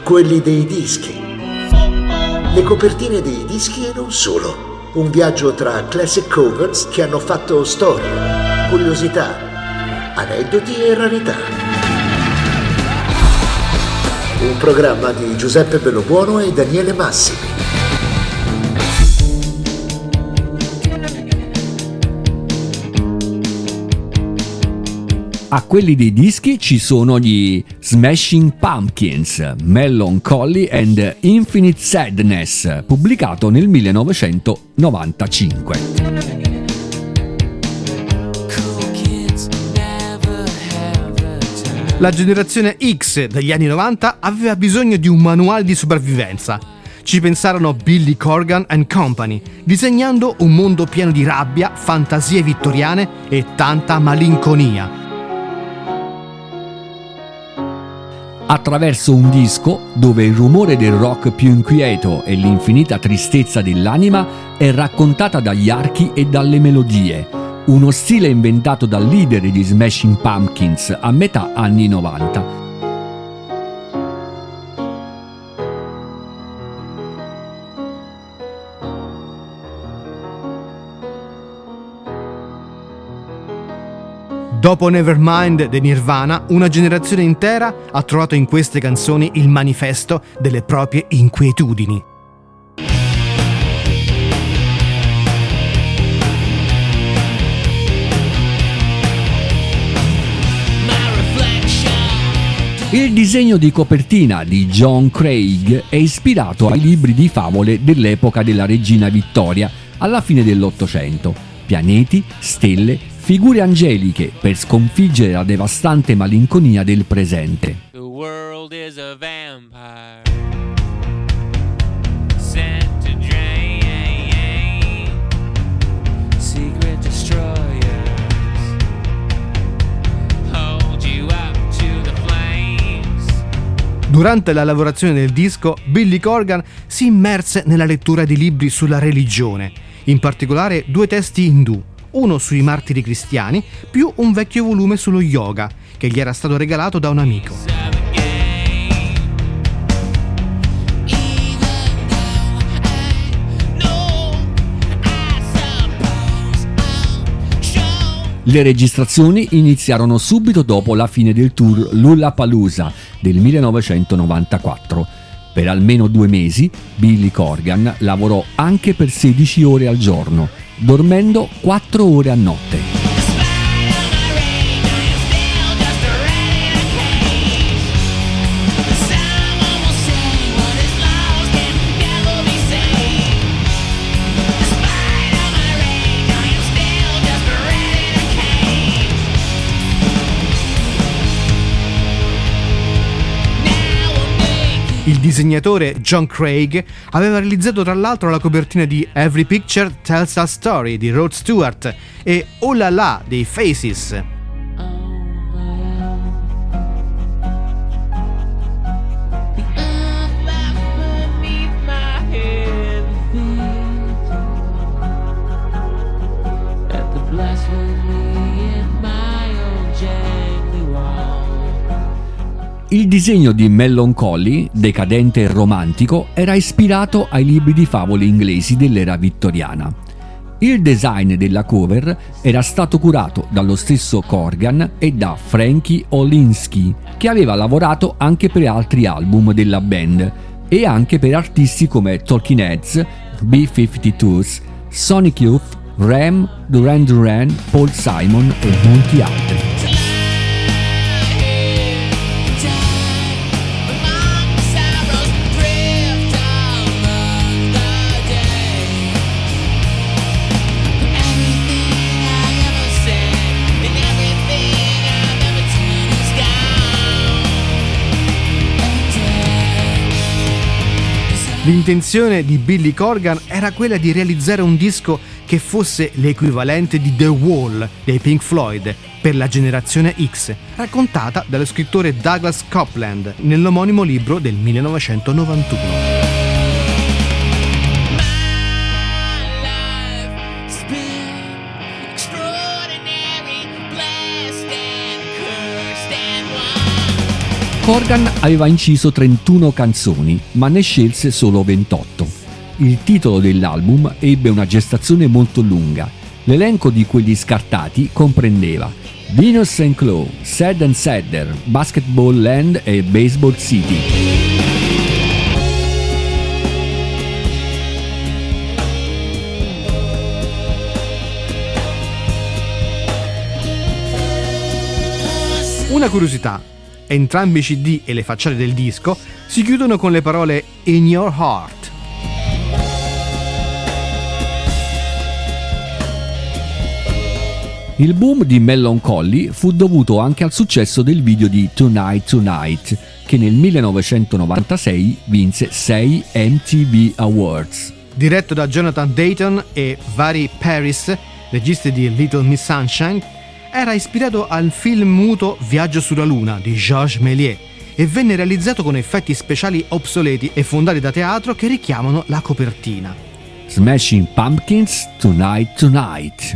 quelli dei dischi. Le copertine dei dischi e non solo. Un viaggio tra classic covers che hanno fatto storia, curiosità, aneddoti e rarità. Un programma di Giuseppe Bellobuono e Daniele Massimi. A quelli dei dischi ci sono gli Smashing Pumpkins, Melancholy and Infinite Sadness, pubblicato nel 1995. La generazione X degli anni 90 aveva bisogno di un manuale di sopravvivenza. Ci pensarono Billy Corgan and Company, disegnando un mondo pieno di rabbia, fantasie vittoriane e tanta malinconia. Attraverso un disco dove il rumore del rock più inquieto e l'infinita tristezza dell'anima è raccontata dagli archi e dalle melodie, uno stile inventato dal leader degli Smashing Pumpkins a metà anni 90. Dopo Nevermind dei Nirvana, una generazione intera ha trovato in queste canzoni il manifesto delle proprie inquietudini. Il disegno di copertina di John Craig è ispirato ai libri di favole dell'epoca della regina Vittoria, alla fine dell'Ottocento. Pianeti, stelle, figure angeliche per sconfiggere la devastante malinconia del presente. The world is a vampire sent to drain secret destroyers hold you up to the flames. Durante la lavorazione del disco, Billy Corgan si immerse nella lettura di libri sulla religione, in particolare 2 testi indù, uno sui martiri cristiani, più un vecchio volume sullo yoga, che gli era stato regalato da un amico. Le registrazioni iniziarono subito dopo la fine del tour Lollapalooza del 1994. Per almeno 2 mesi Billy Corgan lavorò anche per 16 ore al giorno, dormendo 4 ore a notte. Il disegnatore John Craig aveva realizzato tra l'altro la copertina di Every Picture Tells a Story di Rod Stewart e Oh La La dei Faces. Il disegno di Melancholy, decadente e romantico, era ispirato ai libri di favole inglesi dell'era vittoriana. Il design della cover era stato curato dallo stesso Corgan e da Frankie Olinsky, che aveva lavorato anche per altri album della band e anche per artisti come Talking Heads, B-52s, Sonic Youth, Ram, Duran Duran, Paul Simon e molti altri. L'intenzione di Billy Corgan era quella di realizzare un disco che fosse l'equivalente di The Wall dei Pink Floyd per la generazione X, raccontata dallo scrittore Douglas Copeland nell'omonimo libro del 1991. Corgan aveva inciso 31 canzoni, ma ne scelse solo 28. Il titolo dell'album ebbe una gestazione molto lunga. L'elenco di quelli scartati comprendeva Venus and Claw, Sad and Sadder, Basketball Land e Baseball City. Una curiosità: entrambi i CD e le facciate del disco si chiudono con le parole In Your Heart. Il boom di Mellon Collie fu dovuto anche al successo del video di Tonight Tonight, che nel 1996 vinse 6 MTV Awards. Diretto da Jonathan Dayton e Vari Paris, registi di Little Miss Sunshine, era ispirato al film muto Viaggio sulla Luna di Georges Méliès e venne realizzato con effetti speciali obsoleti e fondati da teatro che richiamano la copertina. Smashing Pumpkins, Tonight Tonight.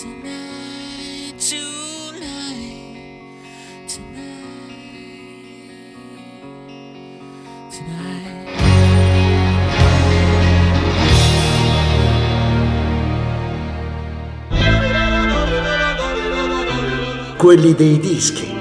Tonight, tonight. Quelli dei dischi.